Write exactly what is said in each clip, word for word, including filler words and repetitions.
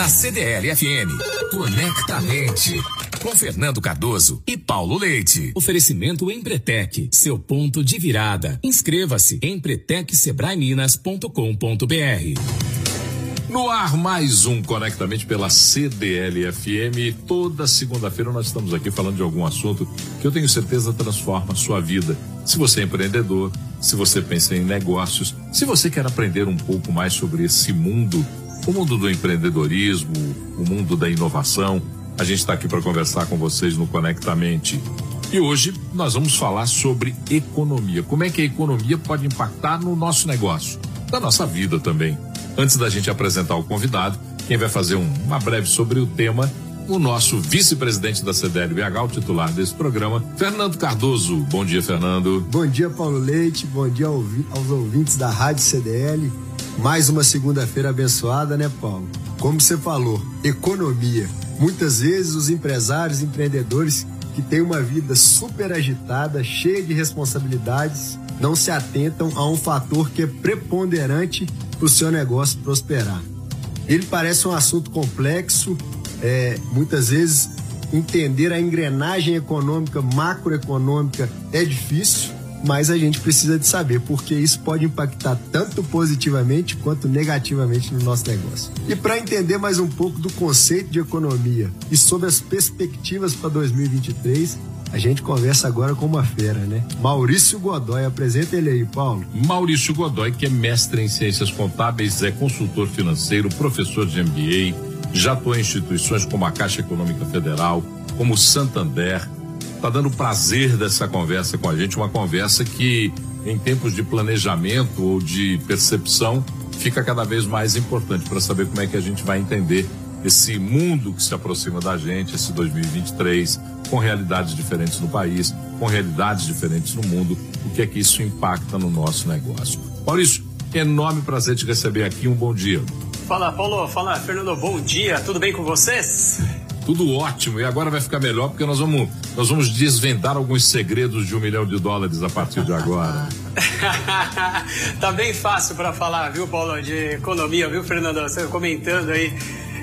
A C D L F M Conecta Mente, com Fernando Cardoso e Paulo Leite. Oferecimento Empretec, seu ponto de virada. Inscreva-se em empretec sebrae minas ponto com ponto br. No ar, mais um Conectamente pela C D L F M. Toda segunda-feira nós estamos aqui falando de algum assunto que eu tenho certeza transforma a sua vida. Se você é empreendedor, se você pensa em negócios, se você quer aprender um pouco mais sobre esse mundo, o mundo do empreendedorismo, o mundo da inovação, a gente está aqui para conversar com vocês no Conectamente. E hoje nós vamos falar sobre economia. Como é que a economia pode impactar no nosso negócio, da nossa vida também. Antes da gente apresentar o convidado, quem vai fazer um, uma breve sobre o tema, o nosso vice-presidente da C D L B H, o titular desse programa, Fernando Cardoso. Bom dia, Fernando. Bom dia, Paulo Leite. Bom dia aos ouvintes da Rádio C D L. Mais uma segunda-feira abençoada, né, Paulo? Como você falou, economia. Muitas vezes os empresários, empreendedores que têm uma vida super agitada, cheia de responsabilidades, não se atentam a um fator que é preponderante para o seu negócio prosperar. Ele parece um assunto complexo, é, muitas vezes entender a engrenagem econômica, macroeconômica é difícil, mas a gente precisa de saber, porque isso pode impactar tanto positivamente quanto negativamente no nosso negócio. E para entender mais um pouco do conceito de economia e sobre as perspectivas para dois mil e vinte e três, a gente conversa agora com uma fera, né? Maurício Godoy, apresenta ele aí, Paulo. Maurício Godoy, que é mestre em ciências contábeis, é consultor financeiro, professor de M B A, já atua em instituições como a Caixa Econômica Federal, como o Santander. Tá dando prazer dessa conversa com a gente, uma conversa que em tempos de planejamento ou de percepção fica cada vez mais importante para saber como é que a gente vai entender esse mundo que se aproxima da gente, esse dois mil e vinte e três, com realidades diferentes no país, com realidades diferentes no mundo, o que é que isso impacta no nosso negócio. Maurício, enorme prazer te receber aqui, um bom dia. Fala, Paulo, fala, Fernando, bom dia, tudo bem com vocês? Tudo ótimo, e agora vai ficar melhor porque nós vamos, nós vamos desvendar alguns segredos de um milhão de dólares a partir de agora. Tá bem fácil para falar, viu, Paulo, de economia, viu, Fernando? Você comentando aí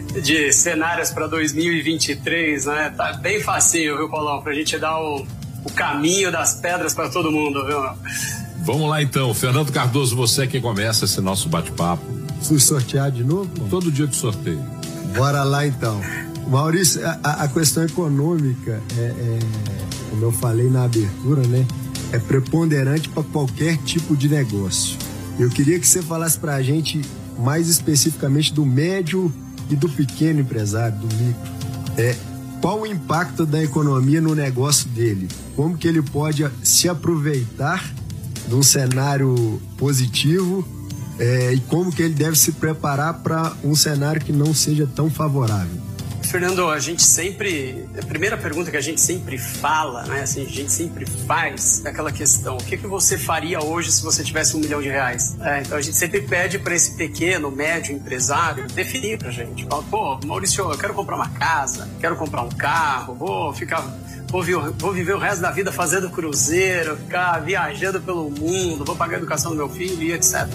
de cenários para dois mil e vinte e três, né? Tá bem facinho, viu, Paulão, pra gente dar o, o caminho das pedras para todo mundo, viu? Vamos lá então, Fernando Cardoso, você que começa esse nosso bate-papo. Fui sortear de novo? Mano? Todo dia que sorteio. Bora lá então. Maurício, a, a questão econômica, é, é, como eu falei na abertura, né, é preponderante para qualquer tipo de negócio. Eu queria que você falasse para a gente mais especificamente do médio e do pequeno empresário, do micro. É, qual o impacto da economia no negócio dele? Como que ele pode se aproveitar de um cenário positivo é, e como que ele deve se preparar para um cenário que não seja tão favorável? Fernando, a gente sempre, a primeira pergunta que a gente sempre fala, né, assim, a gente sempre faz é aquela questão, o que, que você faria hoje se você tivesse um milhão de reais? É, então a gente sempre pede para esse pequeno, médio empresário definir pra gente. Fala, pô, Maurício, eu quero comprar uma casa, quero comprar um carro, vou ficar... Vou, vou viver o resto da vida fazendo cruzeiro, ficar viajando pelo mundo, vou pagar a educação do meu filho e etcétera.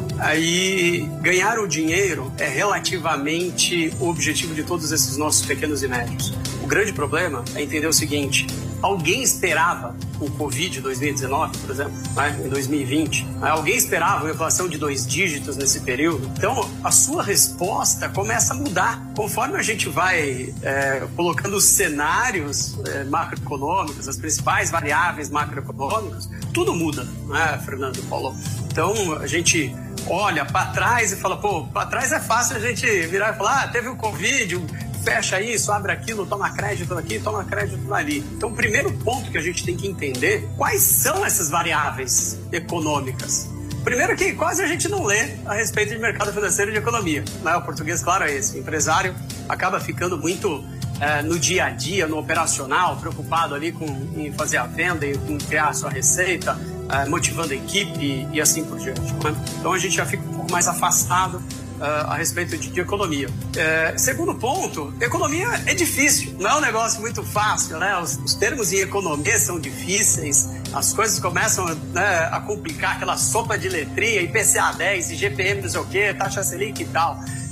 Aí, ganhar o dinheiro é relativamente o objetivo de todos esses nossos pequenos e médios. O grande problema é entender o seguinte: alguém esperava o Covid dois mil e dezenove, por exemplo, né, em dois mil e vinte? Né, alguém esperava uma inflação de dois dígitos nesse período? Então, a sua resposta começa a mudar conforme a gente vai é, colocando os cenários é, macroeconômicos, as principais variáveis macroeconômicas, tudo muda, né, Fernando e Paulo? Então, a gente olha para trás e fala, pô, para trás é fácil a gente virar e falar, ah, teve o Covid, fecha isso, abre aquilo, toma crédito aqui, toma crédito ali. Então, o primeiro ponto que a gente tem que entender, quais são essas variáveis econômicas? Primeiro que quase a gente não lê a respeito de mercado financeiro e de economia. Né? O português, claro, é esse. O empresário acaba ficando muito é, no dia a dia, no operacional, preocupado ali com, em fazer a venda, em criar a sua receita, é, motivando a equipe e assim por diante. Né? Então, a gente já fica um pouco mais afastado Uh, a respeito de, de economia. Uh, segundo ponto, economia é difícil, não é um negócio muito fácil, né? Os, os termos em economia são difíceis, as coisas começam, né, a complicar, aquela sopa de letria, I P C A dez, I G P M não sei o quê, taxa Selic e tal.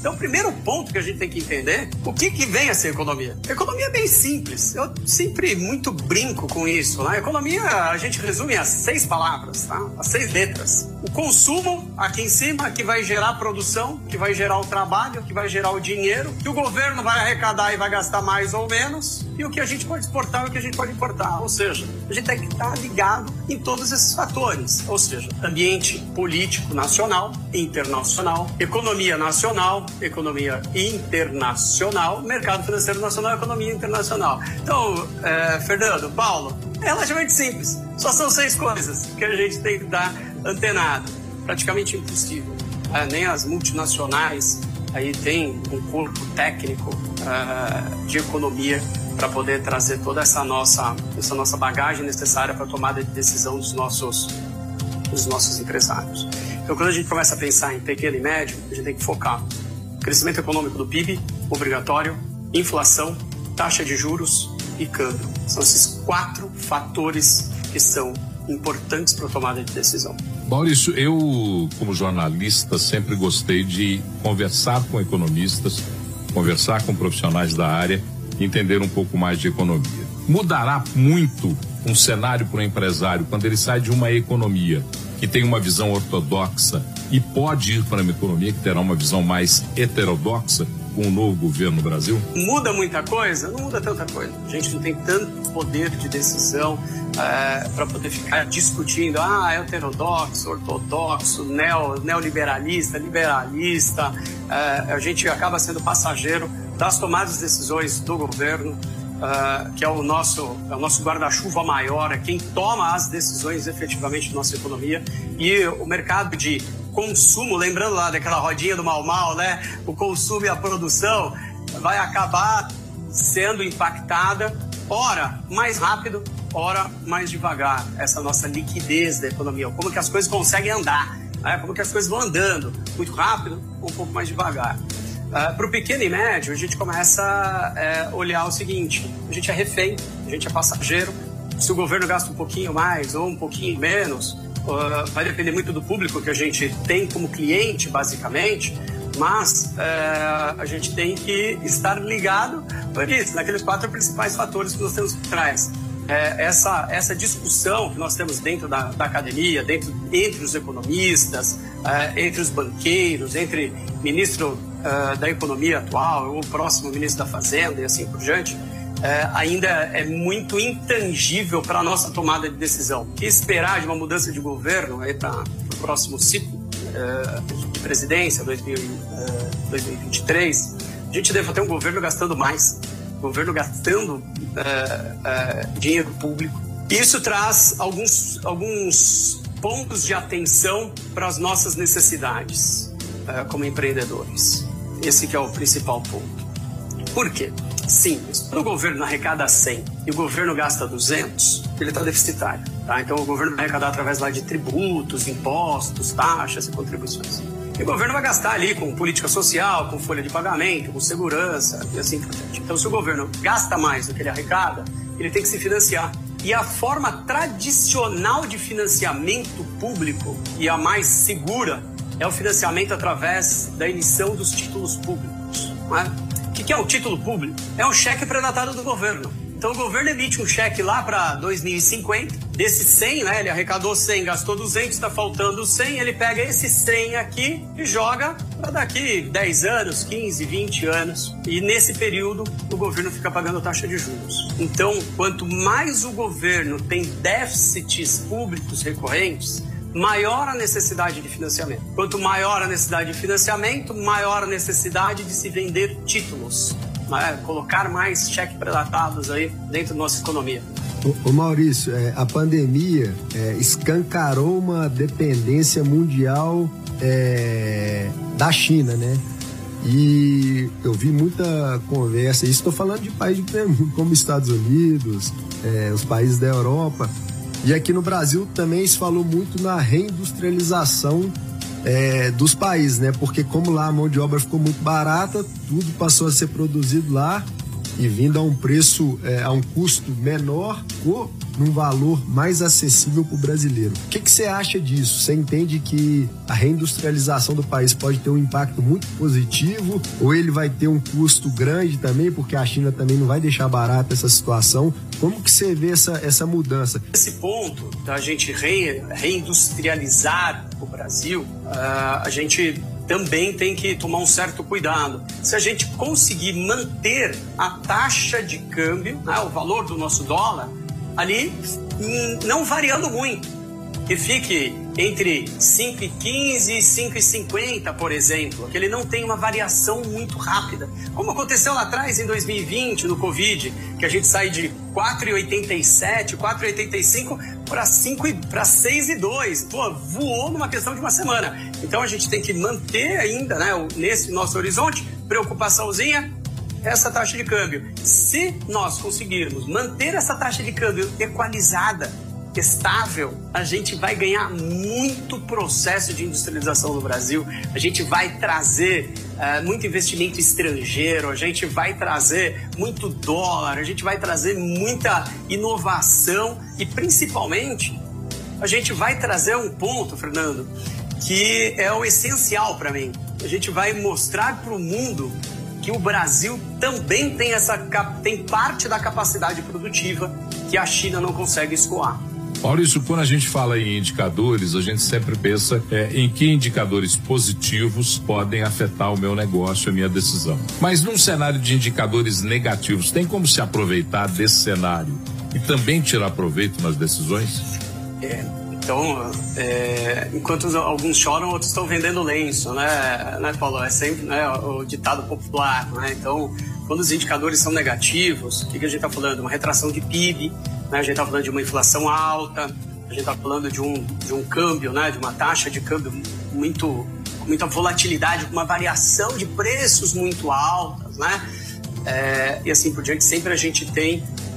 Então, o primeiro ponto que a gente tem que entender, o que, que vem a ser economia? A economia é bem simples. Eu sempre muito brinco com isso. Né? A economia, a gente resume as seis palavras, tá? As seis letras. O consumo, aqui em cima, que vai gerar produção, que vai gerar o trabalho, que vai gerar o dinheiro, que o governo vai arrecadar e vai gastar mais ou menos, e o que a gente pode exportar e o que a gente pode importar. Ou seja, a gente tem que estar ligado em todos esses fatores. Ou seja, ambiente político nacional, internacional, economia nacional, economia internacional, mercado financeiro nacional, economia internacional. Então, é, Fernando, Paulo, é relativamente simples. Só são seis coisas que a gente tem que estar antenado. Praticamente impossível. É, nem as multinacionais aí tem um corpo técnico uh, de economia para poder trazer toda essa nossa, essa nossa bagagem necessária para a tomada de decisão dos nossos, dos nossos empresários. Então, quando a gente começa a pensar em pequeno e médio, a gente tem que focar crescimento econômico do P I B, obrigatório, inflação, taxa de juros e câmbio. São esses quatro fatores que são importantes para a tomada de decisão. Maurício, eu, como jornalista, sempre gostei de conversar com economistas, conversar com profissionais da área, entender um pouco mais de economia. Mudará muito um cenário para o empresário quando ele sai de uma economia que tem uma visão ortodoxa e pode ir para uma economia que terá uma visão mais heterodoxa com o novo governo no Brasil? Muda muita coisa? Não muda tanta coisa. A gente não tem tanto poder de decisão é, para poder ficar discutindo, ah, é heterodoxo, ortodoxo, neo, neoliberalista, liberalista. É, a gente acaba sendo passageiro das tomadas de decisões do governo, uh, que é o nosso, é o nosso guarda-chuva maior, é quem toma as decisões efetivamente da nossa economia. E o mercado de consumo, lembrando lá daquela rodinha do mal-mal, né? O consumo e a produção vai acabar sendo impactada, ora mais rápido, ora mais devagar. Essa nossa liquidez da economia, como que as coisas conseguem andar, né? Como que as coisas vão andando, muito rápido ou um pouco mais devagar. Uh, para o pequeno e médio, a gente começa a uh, olhar o seguinte: a gente é refém, a gente é passageiro. Se o governo gasta um pouquinho mais ou um pouquinho menos, uh, vai depender muito do público que a gente tem como cliente, basicamente, mas uh, a gente tem que estar ligado por isso, naqueles quatro principais fatores que nós temos por trás. É, essa, essa discussão que nós temos dentro da, da academia, dentro, entre os economistas, é, entre os banqueiros, entre ministro Uh, da economia atual, o próximo ministro da Fazenda e assim por diante, uh, ainda é muito intangível para a nossa tomada de decisão. O que esperar de uma mudança de governo para o próximo ciclo uh, de presidência, dois mil e vinte e três, a gente deve ter um governo gastando mais, um governo gastando uh, uh, dinheiro público. Isso traz alguns, alguns pontos de atenção para as nossas necessidades uh, como empreendedores. Esse que é o principal ponto. Por quê? Simples. Quando o governo arrecada cem e o governo gasta duzentos, ele está deficitário. Tá? Então o governo vai arrecadar através lá de tributos, impostos, taxas e contribuições. E o governo vai gastar ali com política social, com folha de pagamento, com segurança e assim por diante. Então se o governo gasta mais do que ele arrecada, ele tem que se financiar. E a forma tradicional de financiamento público e a mais segura é o financiamento através da emissão dos títulos públicos. Não é? O que é um título público? É um cheque predatado do governo. Então o governo emite um cheque lá para dois mil e cinquenta, desses cem, né? Ele arrecadou cem, gastou duzentos, está faltando cem, ele pega esse cem aqui e joga para daqui dez anos, quinze, vinte anos. E nesse período o governo fica pagando taxa de juros. Então, quanto mais o governo tem déficits públicos recorrentes, maior a necessidade de financiamento. Quanto maior a necessidade de financiamento, maior a necessidade de se vender títulos, né? Colocar mais cheques predatados aí dentro da nossa economia. Ô, ô Maurício, é, a pandemia é, escancarou uma dependência mundial é, da China, né? E eu vi muita conversa, isso estou falando de países como Estados Unidos, é, os países da Europa. E aqui no Brasil também se falou muito na reindustrialização é, dos países, né? Porque como lá a mão de obra ficou muito barata, tudo passou a ser produzido lá e vindo a um preço, é, a um custo menor ou num valor mais acessível para o brasileiro. O que que você acha disso? Você entende que a reindustrialização do país pode ter um impacto muito positivo ou ele vai ter um custo grande também, porque a China também não vai deixar barata essa situação? Como que você vê essa, essa mudança? Esse ponto da gente re, reindustrializar o Brasil, uh, a gente também tem que tomar um certo cuidado. Se a gente conseguir manter a taxa de câmbio, né, o valor do nosso dólar, ali não variando muito, que fique entre cinco e quinze e cinco e cinquenta, por exemplo, que ele não tem uma variação muito rápida, como aconteceu lá atrás em dois mil e vinte, no Covid, que a gente sai de quatro e oitenta e sete, quatro e oitenta e cinco para cinco para seis e dois. Pô, voou numa questão de uma semana. Então a gente tem que manter ainda, né, nesse nosso horizonte, preocupaçãozinha, essa taxa de câmbio. Se nós conseguirmos manter essa taxa de câmbio equalizada, estável, a gente vai ganhar muito processo de industrialização no Brasil, a gente vai trazer uh, muito investimento estrangeiro, a gente vai trazer muito dólar, a gente vai trazer muita inovação e, principalmente, a gente vai trazer um ponto, Fernando, que é o essencial para mim. A gente vai mostrar para o mundo que o Brasil também tem, essa, tem parte da capacidade produtiva que a China não consegue escoar. Maurício, quando a gente fala em indicadores, a gente sempre pensa é, em que indicadores positivos podem afetar o meu negócio, a minha decisão. Mas num cenário de indicadores negativos, tem como se aproveitar desse cenário e também tirar proveito nas decisões? É, então, é, enquanto alguns choram, outros estão vendendo lenço, né, né Paulo? É sempre, né, o ditado popular, né? Então, quando os indicadores são negativos, o que, que a gente está falando? Uma retração de P I B, né? A gente está falando de uma inflação alta, a gente está falando de um, de um câmbio, né? De uma taxa de câmbio muito, com muita volatilidade, com uma variação de preços muito altas, né? É, e assim por diante, sempre a gente tem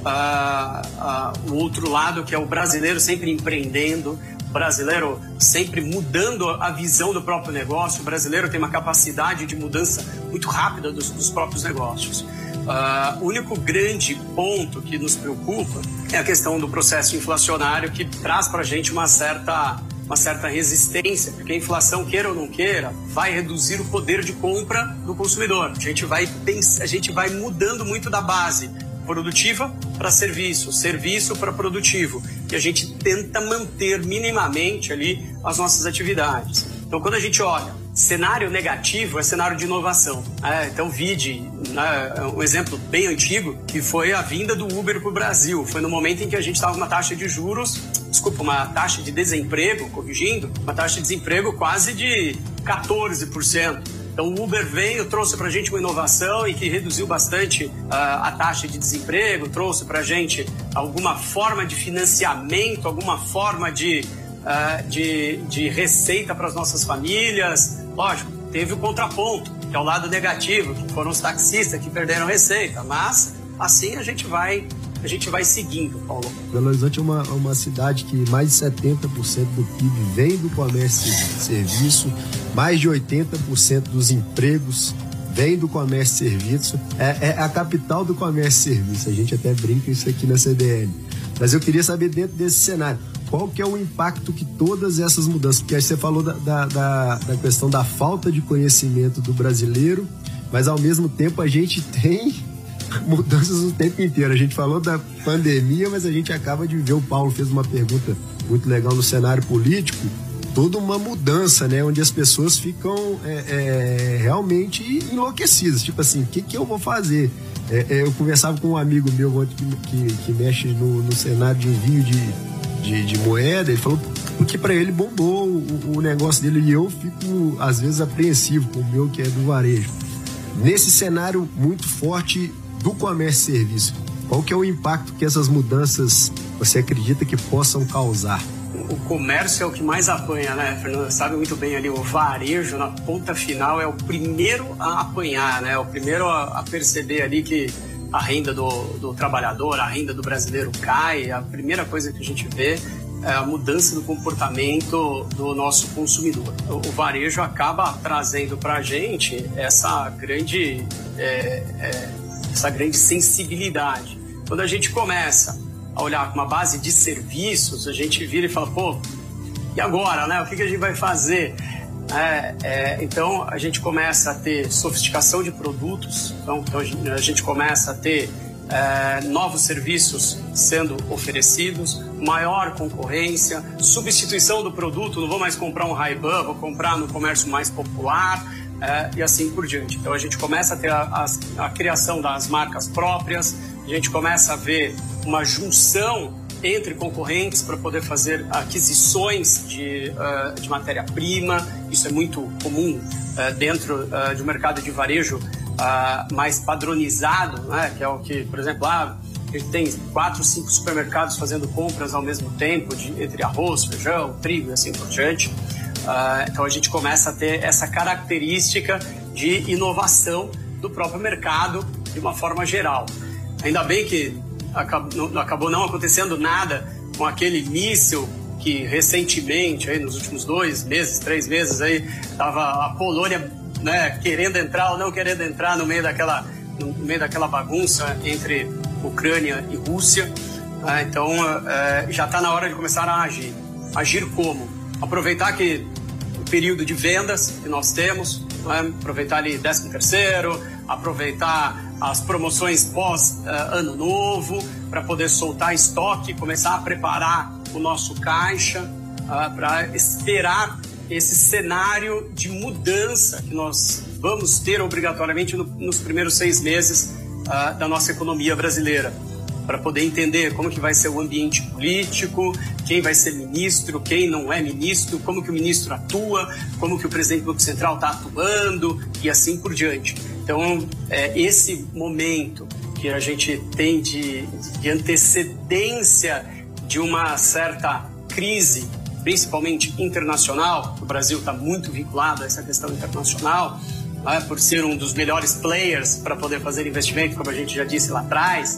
uh, uh, o outro lado, que é o brasileiro sempre empreendendo, o brasileiro sempre mudando a visão do próprio negócio, o brasileiro tem uma capacidade de mudança muito rápida dos, dos próprios negócios. Uh, o único grande ponto que nos preocupa é a questão do processo inflacionário, que traz para a gente uma certa, uma certa resistência, porque a inflação, queira ou não queira, vai reduzir o poder de compra do consumidor. A gente vai, a gente vai mudando muito da base produtiva para serviço, serviço para produtivo, e a gente tenta manter minimamente ali as nossas atividades. Então, quando a gente olha, cenário negativo é cenário de inovação. É, então, vide, né, um exemplo bem antigo, que foi a vinda do Uber para o Brasil. Foi no momento em que a gente estava com uma taxa de juros, desculpa, uma taxa de desemprego, corrigindo, uma taxa de desemprego quase de quatorze por cento. Então, o Uber veio, trouxe para a gente uma inovação e que reduziu bastante uh, a taxa de desemprego, trouxe para a gente alguma forma de financiamento, alguma forma de, uh, de, de receita para as nossas famílias. Lógico, teve o contraponto, que é o lado negativo, que foram os taxistas que perderam receita, mas assim a gente vai, a gente vai seguindo, Paulo. Belo Horizonte é uma, uma cidade que mais de setenta por cento do P I B vem do comércio e serviço, mais de oitenta por cento dos empregos vem do comércio e serviço, é, é a capital do comércio e serviço, a gente até brinca isso aqui na C D L. Mas eu queria saber, dentro desse cenário, qual que é o impacto que todas essas mudanças, porque aí você falou da, da, da, da questão da falta de conhecimento do brasileiro, mas ao mesmo tempo a gente tem mudanças o tempo inteiro. A gente falou da pandemia, mas a gente acaba de ver, o Paulo fez uma pergunta muito legal no cenário político, toda uma mudança, né, onde as pessoas ficam é, é, realmente enlouquecidas, tipo assim, o que, que eu vou fazer? É, é, eu conversava com um amigo meu que, que, que mexe no, no cenário de envio de, de, de moeda, ele falou porque para ele bombou o, o negócio dele, e eu fico às vezes apreensivo com o meu, que é do varejo. Nesse cenário muito forte do comércio e serviço, qual que é o impacto que essas mudanças você acredita que possam causar? O comércio é o que mais apanha, né, Fernando? Sabe muito bem ali, o varejo na ponta final é o primeiro a apanhar, né? O primeiro a, a perceber ali que a renda do, do trabalhador, a renda do brasileiro cai. A primeira coisa que a gente vê é a mudança do comportamento do nosso consumidor. O, o varejo acaba trazendo para a gente essa grande... É, é, essa grande sensibilidade. Quando a gente começa a olhar com uma base de serviços, a gente vira e fala, pô, e agora, né? O que, que a gente vai fazer? É, é, então, a gente começa a ter sofisticação de produtos, então, então a gente começa a ter é, novos serviços sendo oferecidos, maior concorrência, substituição do produto, não vou mais comprar um Ray-Ban, vou comprar no comércio mais popular, é, e assim por diante. Então, a gente começa a ter a, a, a criação das marcas próprias, a gente começa a ver uma junção entre concorrentes para poder fazer aquisições de, uh, de matéria-prima. Isso é muito comum uh, dentro uh, de um mercado de varejo uh, mais padronizado, né? Que é o que, por exemplo, lá a gente tem quatro, cinco supermercados fazendo compras ao mesmo tempo, de, entre arroz, feijão, trigo e assim por diante. Uh, então a gente começa a ter essa característica de inovação do próprio mercado de uma forma geral. Ainda bem que acabou não acontecendo nada com aquele míssil que recentemente, aí, nos últimos dois meses, três meses, aí estava a Polônia, né, querendo entrar ou não querendo entrar no meio daquela, no meio daquela bagunça entre Ucrânia e Rússia. Ah, então, é, já está na hora de começar a agir. Agir como? Aproveitar que o período de vendas que nós temos, né, aproveitar ali décimo terceiro, aproveitar as promoções pós uh, ano novo, para poder soltar estoque, começar a preparar o nosso caixa, uh, para esperar esse cenário de mudança que nós vamos ter obrigatoriamente no, nos primeiros seis meses uh, da nossa economia brasileira, para poder entender como que vai ser o ambiente político, quem vai ser ministro, quem não é ministro, como que o ministro atua, como que o presidente do Banco Central está atuando e assim por diante. Então, é, esse momento que a gente tem de, de antecedência de uma certa crise, principalmente internacional, o Brasil está muito vinculado a essa questão internacional, né, por ser um dos melhores players para poder fazer investimento, como a gente já disse lá atrás.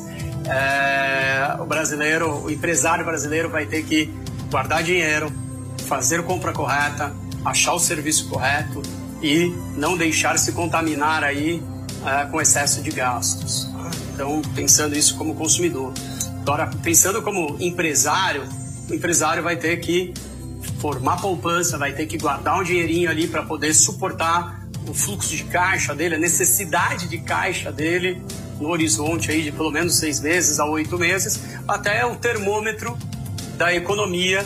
É, o brasileiro, o empresário brasileiro vai ter que guardar dinheiro, fazer compra correta, achar o serviço correto e não deixar se contaminar aí é, com excesso de gastos. Então, pensando isso como consumidor. Agora, pensando como empresário, o empresário vai ter que formar poupança, vai ter que guardar um dinheirinho ali para poder suportar o fluxo de caixa dele, a necessidade de caixa dele, no horizonte aí de pelo menos seis meses a oito meses, até o termômetro da economia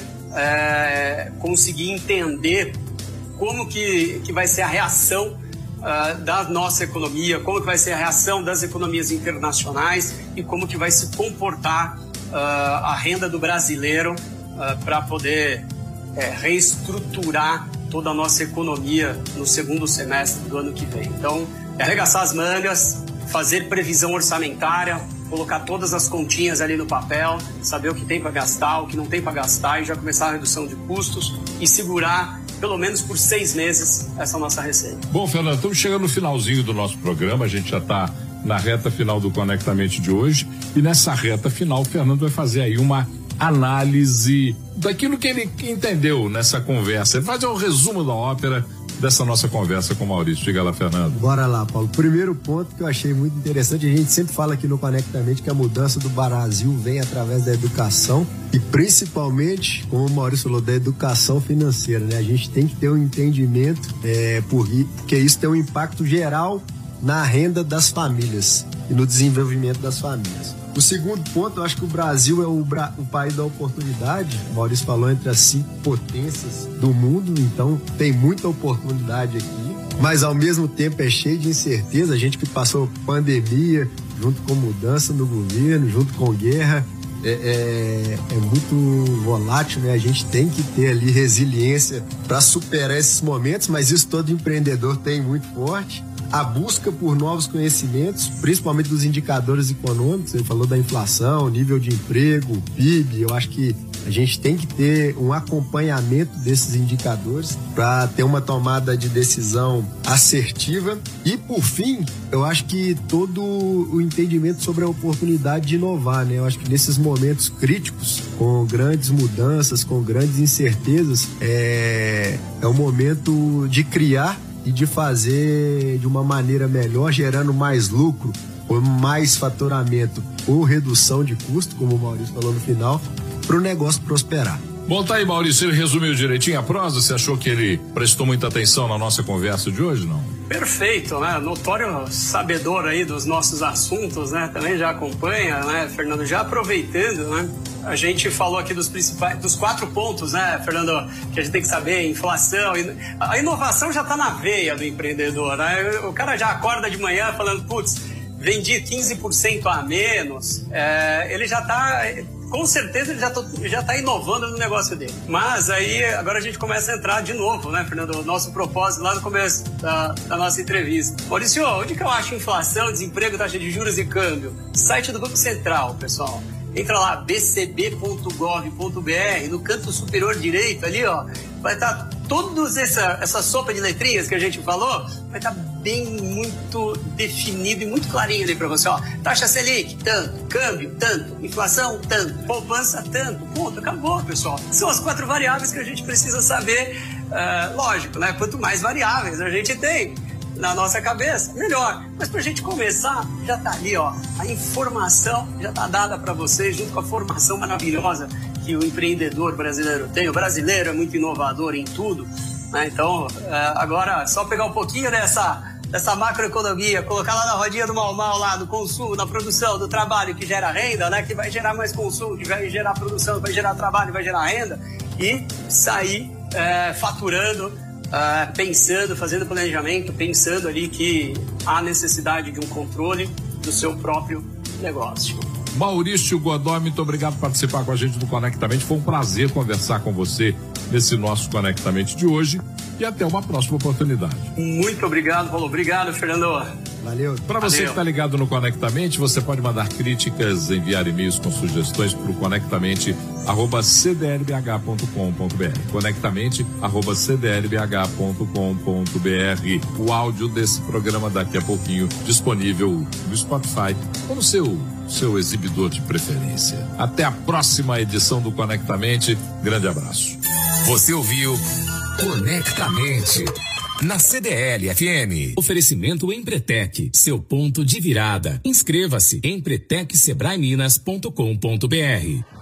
é, conseguir entender como que, que vai ser a reação uh, da nossa economia, como que vai ser a reação das economias internacionais e como que vai se comportar uh, a renda do brasileiro uh, para poder é, reestruturar toda a nossa economia no segundo semestre do ano que vem. Então, é arregaçar as mangas, fazer previsão orçamentária, colocar todas as continhas ali no papel, saber o que tem para gastar, o que não tem para gastar e já começar a redução de custos e segurar pelo menos por seis meses essa nossa receita. Bom, Fernando, estamos chegando no finalzinho do nosso programa, a gente já está na reta final do Conectamente de hoje e nessa reta final o Fernando vai fazer aí uma análise daquilo que ele entendeu nessa conversa. Ele vai fazer um resumo da ópera dessa nossa conversa com o Maurício. Diga lá, Fernando. Bora lá, Paulo. Primeiro ponto que eu achei muito interessante, a gente sempre fala aqui no Conectamente que a mudança do Brasil vem através da educação e principalmente, como o Maurício falou, da educação financeira, né? A gente tem que ter um entendimento, é, porque isso tem um impacto geral na renda das famílias e no desenvolvimento das famílias. O segundo ponto, eu acho que o Brasil é o, Bra- o país da oportunidade. O Maurício falou entre as cinco potências do mundo, então tem muita oportunidade aqui, mas ao mesmo tempo é cheio de incerteza. A gente que passou pandemia, junto com mudança no governo, junto com guerra, é, é, é muito volátil, né? A gente tem que ter ali resiliência para superar esses momentos, mas isso todo empreendedor tem muito forte. A busca por novos conhecimentos, principalmente dos indicadores econômicos, ele falou da inflação, nível de emprego, P I B, eu acho que a gente tem que ter um acompanhamento desses indicadores para ter uma tomada de decisão assertiva. E, por fim, eu acho que todo o entendimento sobre a oportunidade de inovar, né? Eu acho que nesses momentos críticos, com grandes mudanças, com grandes incertezas, é, é o momento de criar e de fazer de uma maneira melhor, gerando mais lucro, por mais faturamento ou redução de custo, como o Maurício falou no final, para o negócio prosperar. Bom, tá aí, Maurício, ele resumiu direitinho a prosa. Você achou que ele prestou muita atenção na nossa conversa de hoje, não? Perfeito, né? Notório sabedor aí dos nossos assuntos, né? Também já acompanha, né, Fernando? Já aproveitando, né? A gente falou aqui dos principais, dos quatro pontos, né, Fernando, que a gente tem que saber: inflação, a inovação já tá na veia do empreendedor, né? O cara já acorda de manhã falando, putz, vendi quinze por cento a menos, é, ele já tá... Com certeza ele já, tô, já tá inovando no negócio dele. Mas aí agora a gente começa a entrar de novo, né, Fernando? O nosso propósito lá no começo da, da nossa entrevista. Maurício, onde que eu acho inflação, desemprego, taxa de juros e câmbio? Site do Banco Central, pessoal. Entra lá, b c b ponto gov ponto b r, no canto superior direito ali, ó, vai estar todos essa, essa sopa de letrinhas que a gente falou, vai estar bem muito definido e muito clarinho ali para você, ó. Taxa Selic, tanto. Câmbio, tanto. Inflação, tanto. Poupança, tanto. Ponto, acabou, pessoal. São as quatro variáveis que a gente precisa saber. Uh, lógico, né? Quanto mais variáveis a gente tem na nossa cabeça, melhor. Mas pra gente começar, já tá ali, ó. A informação já tá dada para vocês, junto com a formação maravilhosa que o empreendedor brasileiro tem. O brasileiro é muito inovador em tudo, né? Então, agora, só pegar um pouquinho dessa, dessa macroeconomia, colocar lá na rodinha do mal-mal, lá do consumo, da produção, do trabalho que gera renda, né? Que vai gerar mais consumo, que vai gerar produção, vai gerar trabalho, vai gerar renda, e sair é, faturando, Uh, pensando, fazendo planejamento, pensando ali que há necessidade de um controle do seu próprio negócio. Maurício Godoy, muito obrigado por participar com a gente do Conectamente. Foi um prazer conversar com você nesse nosso Conectamente de hoje e até uma próxima oportunidade. Muito obrigado, Paulo. Obrigado, Fernando. Valeu. Para você Valeu. que está ligado no Conectamente, você pode mandar críticas, enviar e-mails com sugestões para o conectamente arroba c d l b h ponto com ponto b r. Conectamente arroba c d l b h ponto com ponto b r. O áudio desse programa daqui a pouquinho disponível no Spotify ou no seu, seu exibidor de preferência. Até a próxima edição do Conectamente. Grande abraço. Você ouviu Conectamente na C D L F M. Oferecimento Empretec, seu ponto de virada. Inscreva-se em empretec sebrae minas ponto com ponto b r.